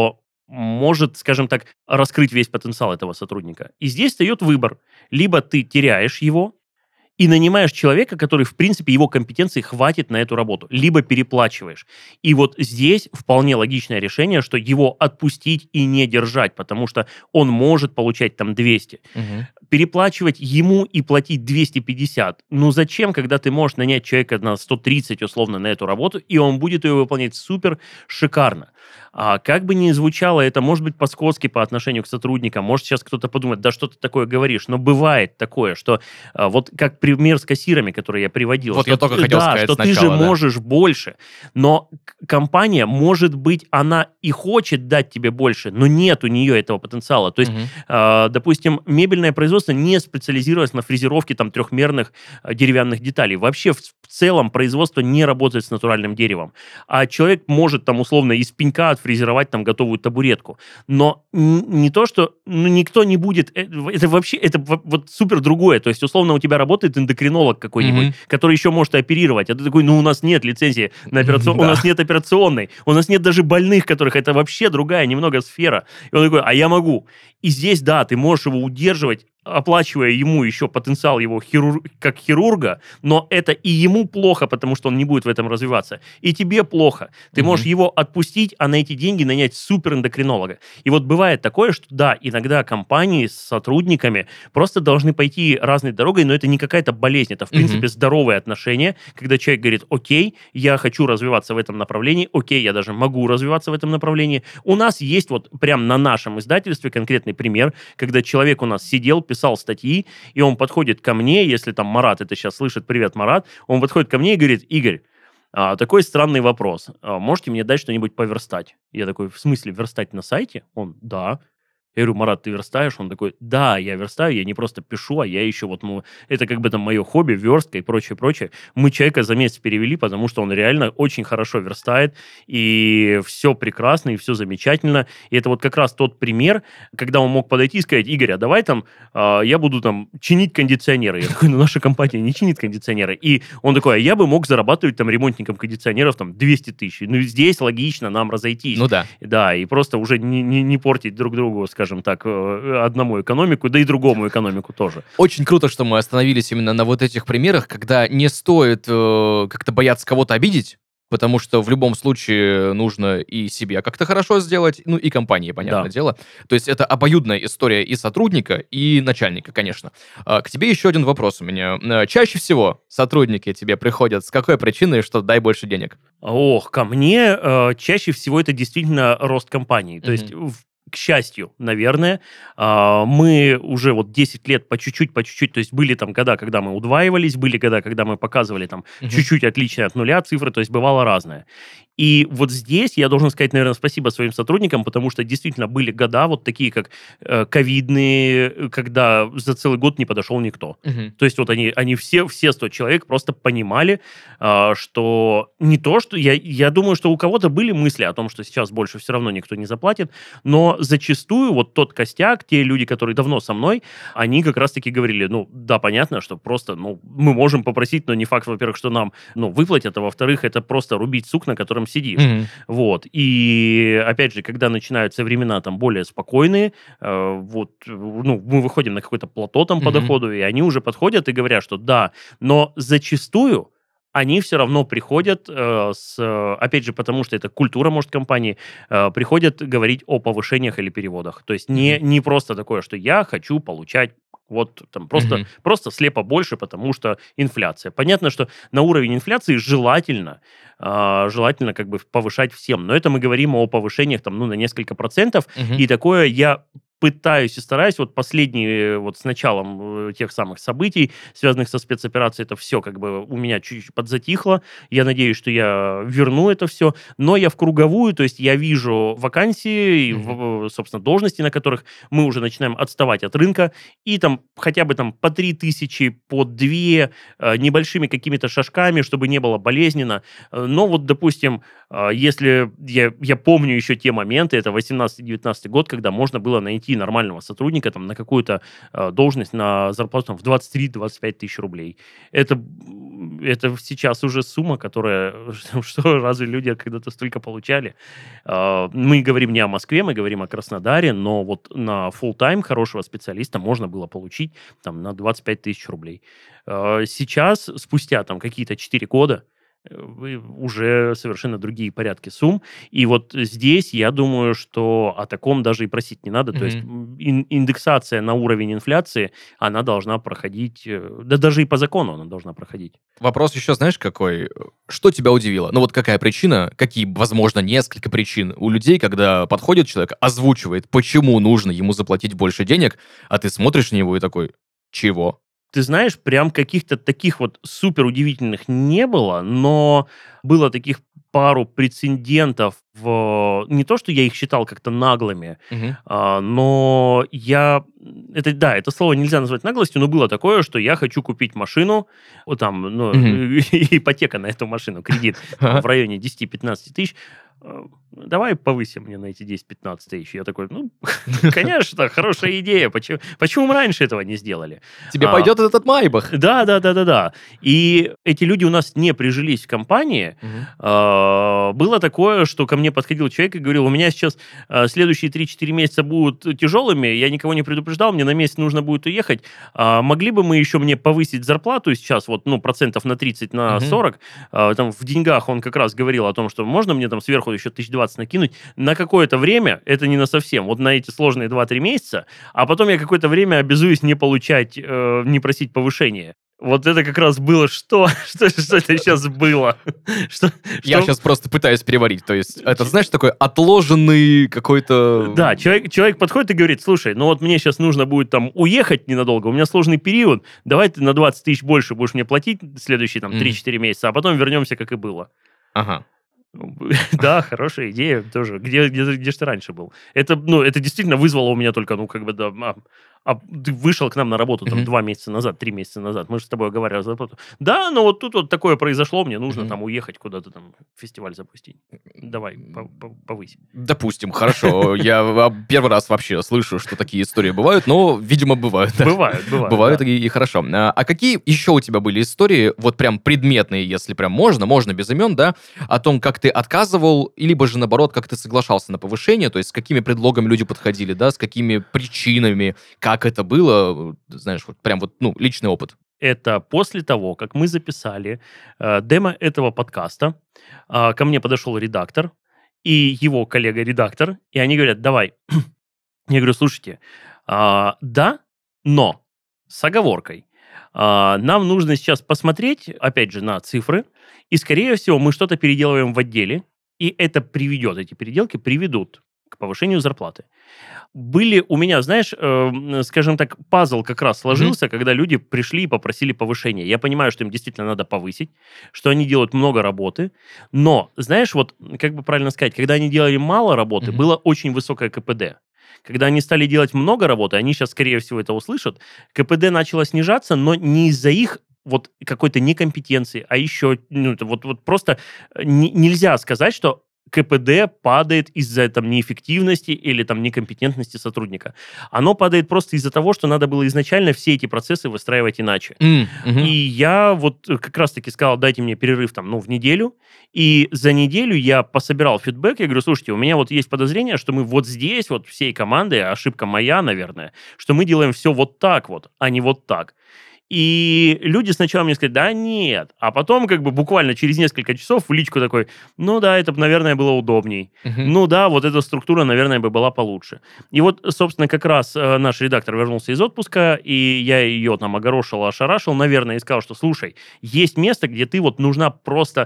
S2: может, скажем так, раскрыть весь потенциал этого сотрудника. И здесь встает выбор. Либо ты теряешь его, и нанимаешь человека, который, в принципе, его компетенции хватит на эту работу, либо переплачиваешь. И вот здесь вполне логичное решение, что его отпустить и не держать, потому что он может получать там 200.
S1: Мгм.
S2: Переплачивать ему и платить 250. Ну зачем, когда ты можешь нанять человека на 130 условно на эту работу, и он будет ее выполнять супер шикарно. Как бы ни звучало, это может быть по-скотски по отношению к сотрудникам, может сейчас кто-то подумает, да что ты такое говоришь, но бывает такое, что вот как пример с кассирами, который я приводил.
S1: Вот
S2: что,
S1: я только хотел сказать
S2: что ты же
S1: сначала, да.
S2: можешь больше, но компания, может быть, она и хочет дать тебе больше, но нет у нее этого потенциала. То есть,
S1: Мгм.
S2: допустим, мебельное производство не специализировалось на фрезеровке там трехмерных деревянных деталей. Вообще в целом производство не работает с натуральным деревом. А человек может там условно из пенька отфрезеровать там готовую табуретку. Но не то, что никто не будет... Это вообще, это вот супер другое. То есть, условно, у тебя работает эндокринолог какой-нибудь,
S1: Мгм.
S2: который еще может оперировать. А ты такой, ну, у нас нет лицензии на операционной, у
S1: Да.
S2: нас нет операционной, у нас нет даже больных, которых это вообще другая немного сфера. И он такой, а я могу. И здесь, да, ты можешь его удерживать, оплачивая ему еще потенциал его как хирурга, но это и ему плохо, потому что он не будет в этом развиваться, и тебе плохо. Ты можешь
S1: Мгм.
S2: его отпустить, а на эти деньги нанять суперэндокринолога. И вот бывает такое, что да, иногда компании с сотрудниками просто должны пойти разной дорогой, но это не какая-то болезнь, это в
S1: Мгм.
S2: принципе здоровые отношения, когда человек говорит, окей, я хочу развиваться в этом направлении, окей, я даже могу развиваться в этом направлении. У нас есть вот прям на нашем издательстве конкретный пример, когда человек у нас сидел, писал статьи, и он подходит ко мне, если там Марат это сейчас слышит, привет, Марат, он подходит ко мне и говорит, Игорь, такой странный вопрос, можете мне дать что-нибудь поверстать? Я такой, в смысле, верстать на сайте? Он, да. Я говорю, Марат, ты верстаешь? Он такой, да, я верстаю, я не просто пишу, а я еще вот, это как бы там мое хобби, верстка и прочее, прочее. Мы человека за месяц перевели, потому что он реально очень хорошо верстает, и все прекрасно, и все замечательно. И это вот как раз тот пример, когда он мог подойти и сказать, Игорь, а давай там, я буду там чинить кондиционеры. Я такой, ну наша компания не чинит кондиционеры. И он такой, а я бы мог зарабатывать там ремонтником кондиционеров там 200 тысяч. Ну здесь логично нам разойтись.
S1: Ну да.
S2: Да, и просто уже не портить друг другу, скажем так, одному экономику, да и другому экономику тоже.
S1: Очень круто, что мы остановились именно на вот этих примерах, когда не стоит как-то бояться кого-то обидеть, потому что в любом случае нужно и себе как-то хорошо сделать, ну и компании, понятное
S2: Да.
S1: дело. То есть это обоюдная история и сотрудника, и начальника, конечно. К тебе еще один вопрос у меня. Чаще всего сотрудники тебе приходят с какой причиной, что дай больше денег?
S2: Ох, ко мне чаще всего это действительно рост компании. То есть,
S1: Мгм.
S2: к счастью, наверное, мы уже вот 10 лет по чуть-чуть, то есть были там года, когда мы удваивались, были года, когда мы показывали там
S1: Мгм.
S2: чуть-чуть отличные от нуля цифры, то есть бывало разное. И вот здесь я должен сказать, наверное, спасибо своим сотрудникам, потому что действительно были года вот такие, как ковидные, когда за целый год не подошел никто.
S1: Мгм.
S2: То есть вот они все 100 человек просто понимали, что не то, что... Я думаю, что у кого-то были мысли о том, что сейчас больше все равно никто не заплатит, но зачастую вот тот костяк, те люди, которые давно со мной, они как раз-таки говорили, ну, да, понятно, что просто, ну, мы можем попросить, но не факт, во-первых, что нам, ну, выплатят, а во-вторых, это просто рубить сук, на котором сидишь.
S1: Мгм.
S2: Вот. И, опять же, когда начинаются времена там более спокойные, вот, ну, мы выходим на какое-то плато там по
S1: Мгм.
S2: доходу, и они уже подходят и говорят, что да, но зачастую они все равно приходят, опять же, потому что это культура, может, компании, приходят говорить о повышениях или переводах. То есть
S1: Мгм.
S2: не просто такое, что я хочу получать вот там
S1: Мгм.
S2: просто слепо больше, потому что инфляция. Понятно, что на уровень инфляции желательно как бы повышать всем, но это мы говорим о повышениях там, ну, на несколько процентов,
S1: Мгм.
S2: и такое я пытаюсь и стараюсь, вот последние, вот с началом тех самых событий, связанных со спецоперацией, это все как бы у меня чуть-чуть подзатихло. Я надеюсь, что я верну это все, но я в круговую, то есть я вижу вакансии, и,
S1: Мгм.
S2: собственно, должности, на которых мы уже начинаем отставать от рынка, и там хотя бы там по 3000, по 2, небольшими какими-то шажками, чтобы не было болезненно. Но вот, допустим, если я помню еще те моменты, это 18-19 год, когда можно было найти нормального сотрудника там, на какую-то должность на зарплату там, в 23-25 тысяч рублей. Это это сейчас уже сумма, которая... Что, разве люди когда-то столько получали? Мы говорим не о Москве, мы говорим о Краснодаре, но вот на full-time хорошего специалиста можно было получить там на 25 тысяч рублей. Сейчас, спустя там какие-то 4 года, уже совершенно другие порядки сумм. И вот здесь я думаю, что о таком даже и просить не надо. То есть индексация на уровень инфляции, она должна проходить, да даже и по закону она должна проходить.
S1: Вопрос еще, знаешь, какой? Что тебя удивило? Ну вот какая причина, какие, возможно, несколько причин у людей, когда подходит человек, озвучивает, почему нужно ему заплатить больше денег, а ты смотришь на него и такой, чего?
S2: Ты знаешь, прям каких-то таких вот супер удивительных не было, но было таких пару прецедентов. Не то, что я их считал как-то наглыми, но это слово нельзя назвать наглостью, но было такое, что я хочу купить машину, вот там, ипотека на эту машину, кредит в районе 10-15 тысяч. Давай повысим мне на эти 10-15 тысяч. Я такой, конечно, хорошая идея. Почему мы раньше этого не сделали?
S1: Тебе пойдет этот Майбах.
S2: Да. И эти люди у нас не прижились в компании. Было такое, что ко мне подходил человек и говорил, у меня сейчас следующие 3-4 месяца будут тяжелыми, я никого не предупреждал, мне на месяц нужно будет уехать. Могли бы мы еще мне повысить зарплату сейчас, процентов на 30, на 40? Там в деньгах он как раз говорил о том, что можно мне там сверху еще 1020 накинуть на какое-то время, это не на совсем, вот на эти сложные 2-3 месяца, а потом я какое-то время обязуюсь не получать, не просить повышения. Вот это как раз было что? Что это сейчас было?
S1: Я сейчас просто пытаюсь переварить. То есть, это, знаешь, такой отложенный какой-то...
S2: Да, человек подходит и говорит, слушай, мне сейчас нужно будет там уехать ненадолго, у меня сложный период, давай ты на 20 тысяч больше будешь мне платить следующие там 3-4 месяца, а потом вернемся, как и было.
S1: Ага.
S2: Да, хорошая идея тоже. Где ж ты раньше был? Это действительно вызвало у меня только, ты вышел к нам на работу там 2 месяца назад, 3 месяца назад. Мы же с тобой говорили о зарплату. Да, но вот тут вот такое произошло, мне нужно там уехать куда-то там, фестиваль запустить. Давай, повысь.
S1: Допустим, хорошо. Я первый раз вообще слышу, что такие истории бывают, но, видимо, бывают.
S2: Бывают.
S1: Бывают и хорошо. А какие еще у тебя были истории, вот прям предметные, если прям можно без имен, да, о том, как ты отказывал, либо же, наоборот, как ты соглашался на повышение, то есть с какими предлогами люди подходили, да, с какими причинами, как это было, знаешь, вот прям личный опыт.
S2: Это после того, как мы записали демо этого подкаста, ко мне подошел редактор и его коллега-редактор, и они говорят, давай. Я говорю, слушайте, да, но с оговоркой. Нам нужно сейчас посмотреть, опять же, на цифры, и, скорее всего, мы что-то переделываем в отделе, и эти переделки приведут к повышению зарплаты. Были у меня, знаешь, скажем так, пазл как раз сложился, когда люди пришли и попросили повышения. Я понимаю, что им действительно надо повысить, что они делают много работы, но, знаешь, вот, как бы правильно сказать, когда они делали мало работы, было очень высокое КПД. Когда они стали делать много работы, они сейчас, скорее всего, это услышат, КПД начало снижаться, но не из-за их вот какой-то некомпетенции, а еще просто нельзя сказать, что КПД падает из-за неэффективности или некомпетентности сотрудника. Оно падает просто из-за того, что надо было изначально все эти процессы выстраивать иначе. И я как раз-таки сказал, дайте мне перерыв в неделю, и за неделю я пособирал фидбэк, я говорю, слушайте, у меня есть подозрение, что мы здесь, всей командой, ошибка моя, наверное, что мы делаем все так, а не так. И люди сначала мне сказали, да нет. А потом буквально через несколько часов в личку такой, это бы, наверное, было удобней. Эта структура, наверное, бы была получше. И собственно, как раз наш редактор вернулся из отпуска, и я ее огорошил, ошарашил, наверное, и сказал, что, слушай, есть место, где ты нужна просто...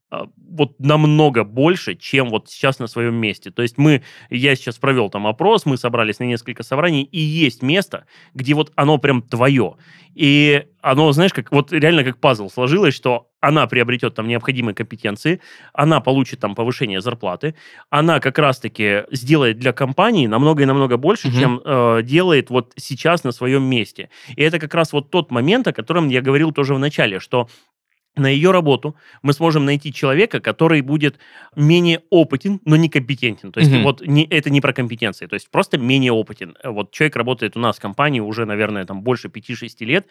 S2: намного больше, чем сейчас на своем месте. То есть я сейчас провел опрос, мы собрались на несколько собраний, и есть место, где оно прям твое. И оно, знаешь, реально как пазл сложилось, что она приобретет необходимые компетенции, она получит повышение зарплаты, она как раз-таки сделает для компании намного и намного больше, чем делает сейчас на своем месте. И это как раз тот момент, о котором я говорил тоже в начале, что на ее работу мы сможем найти человека, который будет менее опытен, но не компетентен. То есть это не про компетенции, то есть просто менее опытен. Вот человек работает у нас в компании уже, наверное, там больше 5-6 лет,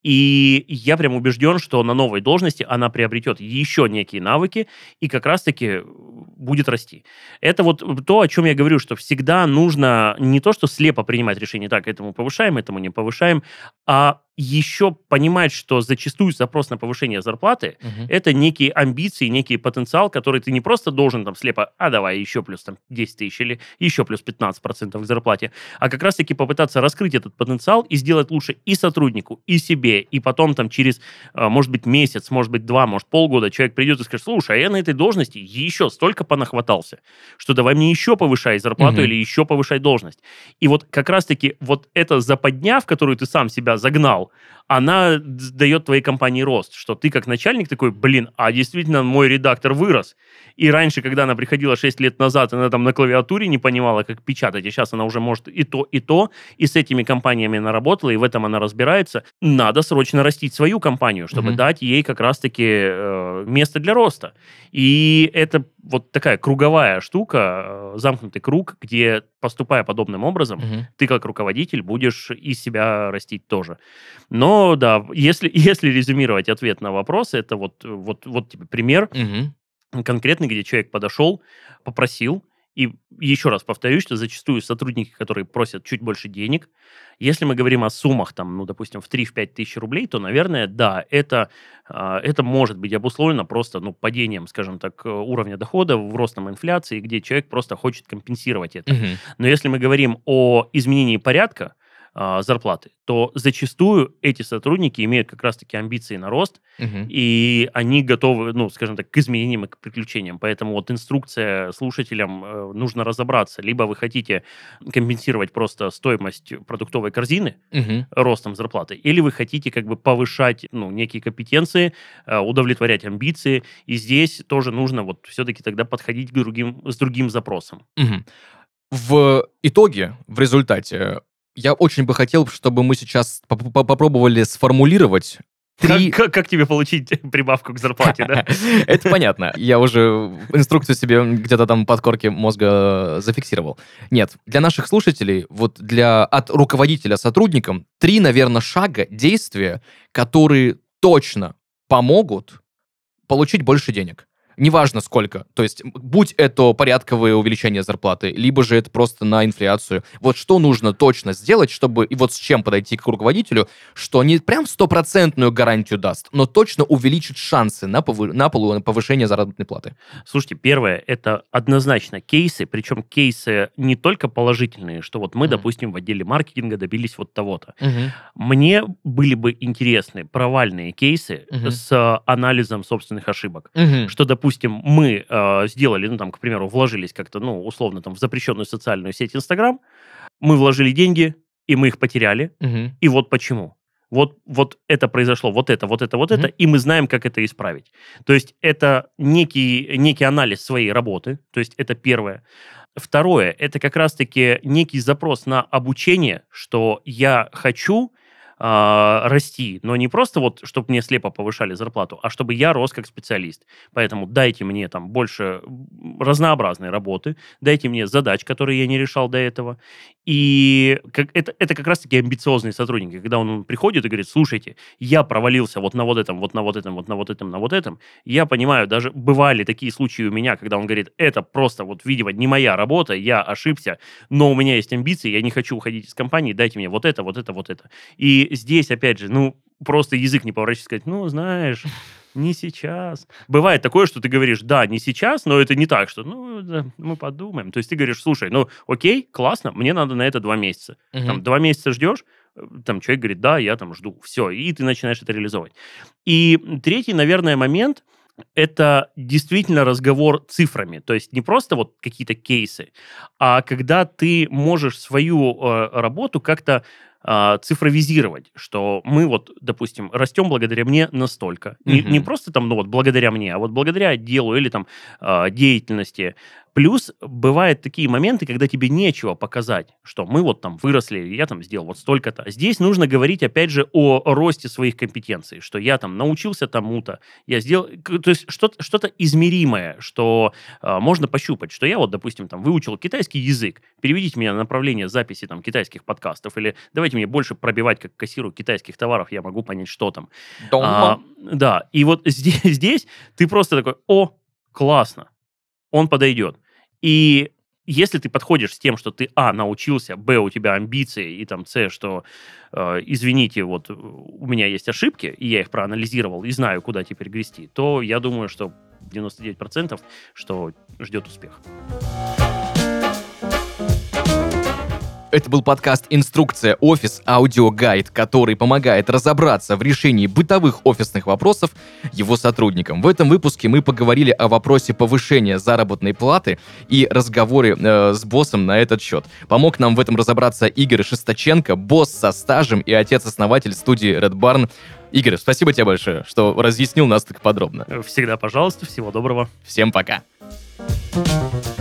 S2: и я прям убежден, что на новой должности она приобретет еще некие навыки и как раз-таки будет расти. Это вот то, о чем я говорю, что всегда нужно не то, что слепо принимать решение, так, этому повышаем, этому не повышаем, а еще понимать, что зачастую запрос на повышение зарплаты это некие амбиции, некий потенциал, который ты не просто должен там слепо, давай еще плюс там 10 тысяч или еще плюс 15% к зарплате, а как раз-таки попытаться раскрыть этот потенциал и сделать лучше и сотруднику, и себе, и потом там через, может быть, месяц, может быть, 2, может, полгода человек придет и скажет, слушай, а я на этой должности еще столько понахватался, что давай мне еще повышай зарплату или еще повышай должность. И вот как раз-таки вот эта западня, в которую ты сам себя загнал, она дает твоей компании рост, что ты как начальник такой, действительно мой редактор вырос. И раньше, когда она приходила 6 лет назад, она там на клавиатуре не понимала, как печатать, а сейчас она уже может и то, и с этими компаниями она работала, и в этом она разбирается. Надо срочно растить свою компанию, чтобы дать ей как раз-таки место для роста. И это вот такая круговая штука, замкнутый круг, где, поступая подобным образом, ты как руководитель будешь из себя растить тоже. Но да, если резюмировать ответ на вопрос, это вот тебе пример конкретный, где человек подошел, попросил, и еще раз повторюсь, что зачастую сотрудники, которые просят чуть больше денег, если мы говорим о суммах, там, допустим, в 3-5 тысяч рублей, то, наверное, да, это может быть обусловлено просто, падением, скажем так, уровня дохода, ростом инфляции, где человек просто хочет компенсировать это. Но если мы говорим о изменении порядка зарплаты, то зачастую эти сотрудники имеют как раз-таки амбиции на рост, и они готовы, скажем так, к изменениям и к приключениям. Поэтому вот инструкция слушателям нужно разобраться. Либо вы хотите компенсировать просто стоимость продуктовой корзины ростом зарплаты, или вы хотите как бы повышать некие компетенции, удовлетворять амбиции, и здесь тоже нужно вот все-таки тогда подходить с другим запросом.
S1: В итоге, в результате, я очень бы хотел, чтобы мы сейчас попробовали сформулировать
S2: Как тебе получить прибавку к зарплате, да?
S1: Это понятно. Я уже инструкцию себе где-то там под корки мозга зафиксировал. Нет, для наших слушателей, от руководителя сотрудникам 3, наверное, шага, действия, которые точно помогут получить больше денег. Неважно сколько. То есть, будь это порядковое увеличение зарплаты, либо же это просто на инфляцию. Вот что нужно точно сделать, чтобы... И вот с чем подойти к руководителю, что не прям 100% гарантию даст, но точно увеличит шансы на повышение заработной платы.
S2: Слушайте, первое, это однозначно кейсы, причем кейсы не только положительные, что вот мы, допустим, в отделе маркетинга добились вот того-то. Мне были бы интересны провальные кейсы с анализом собственных ошибок. Что, допустим, мы сделали, к примеру, вложились как-то, условно, в запрещенную социальную сеть Инстаграм, мы вложили деньги, и мы их потеряли, и вот почему. Вот это произошло, вот это, и мы знаем, как это исправить. То есть это некий анализ своей работы, то есть это первое. Второе, это как раз-таки некий запрос на обучение, что я хочу расти, но не просто чтобы мне слепо повышали зарплату, а чтобы я рос как специалист. Поэтому дайте мне там больше разнообразной работы, дайте мне задач, которые я не решал до этого. И это как раз-таки амбициозные сотрудники, когда он приходит и говорит, слушайте, я провалился вот на вот этом, вот на вот этом, вот на вот этом, на вот этом. Я понимаю, даже бывали такие случаи у меня, когда он говорит, это просто видимо, не моя работа, я ошибся, но у меня есть амбиции, я не хочу уходить из компании, дайте мне вот это, вот это, вот это. И здесь, опять же, просто язык не поворачивается сказать, знаешь, не сейчас. Бывает такое, что ты говоришь, да, не сейчас, но это не так, что, да, мы подумаем. То есть ты говоришь, слушай, окей, классно, мне надо на это 2 месяца. 2 месяца ждешь, человек говорит, да, я жду. Все, и ты начинаешь это реализовывать. И третий, наверное, момент, это действительно разговор цифрами. То есть не просто какие-то кейсы, а когда ты можешь свою работу как-то цифровизировать, что мы вот, допустим, растем благодаря мне настолько. Не просто там, ну вот, благодаря мне, а вот благодаря делу или там деятельности. Плюс бывают такие моменты, когда тебе нечего показать, что мы вот там выросли, я там сделал вот столько-то. Здесь нужно говорить, опять же, о росте своих компетенций, что я там научился тому-то, я сделал, то есть что-то измеримое, что можно пощупать, что я вот, допустим, там выучил китайский язык, переведите меня на направление записи там китайских подкастов, или давайте мне больше пробивать как кассиру китайских товаров, я могу понять, что там. Да, и вот здесь ты просто такой, о, классно, он подойдет. И если ты подходишь с тем, что ты, научился, у тебя амбиции, и там, что, извините, вот у меня есть ошибки, и я их проанализировал, и знаю, куда теперь грести, то я думаю, что 99%, что ждет успех.
S1: Это был подкаст «Инструкция Офис Аудиогайд», который помогает разобраться в решении бытовых офисных вопросов его сотрудникам. В этом выпуске мы поговорили о вопросе повышения заработной платы и разговоре с боссом на этот счет. Помог нам в этом разобраться Игорь Шестаченко, босс со стажем и отец-основатель студии Red Barn. Игорь, спасибо тебе большое, что разъяснил нас так подробно.
S2: Всегда пожалуйста, всего доброго.
S1: Всем пока.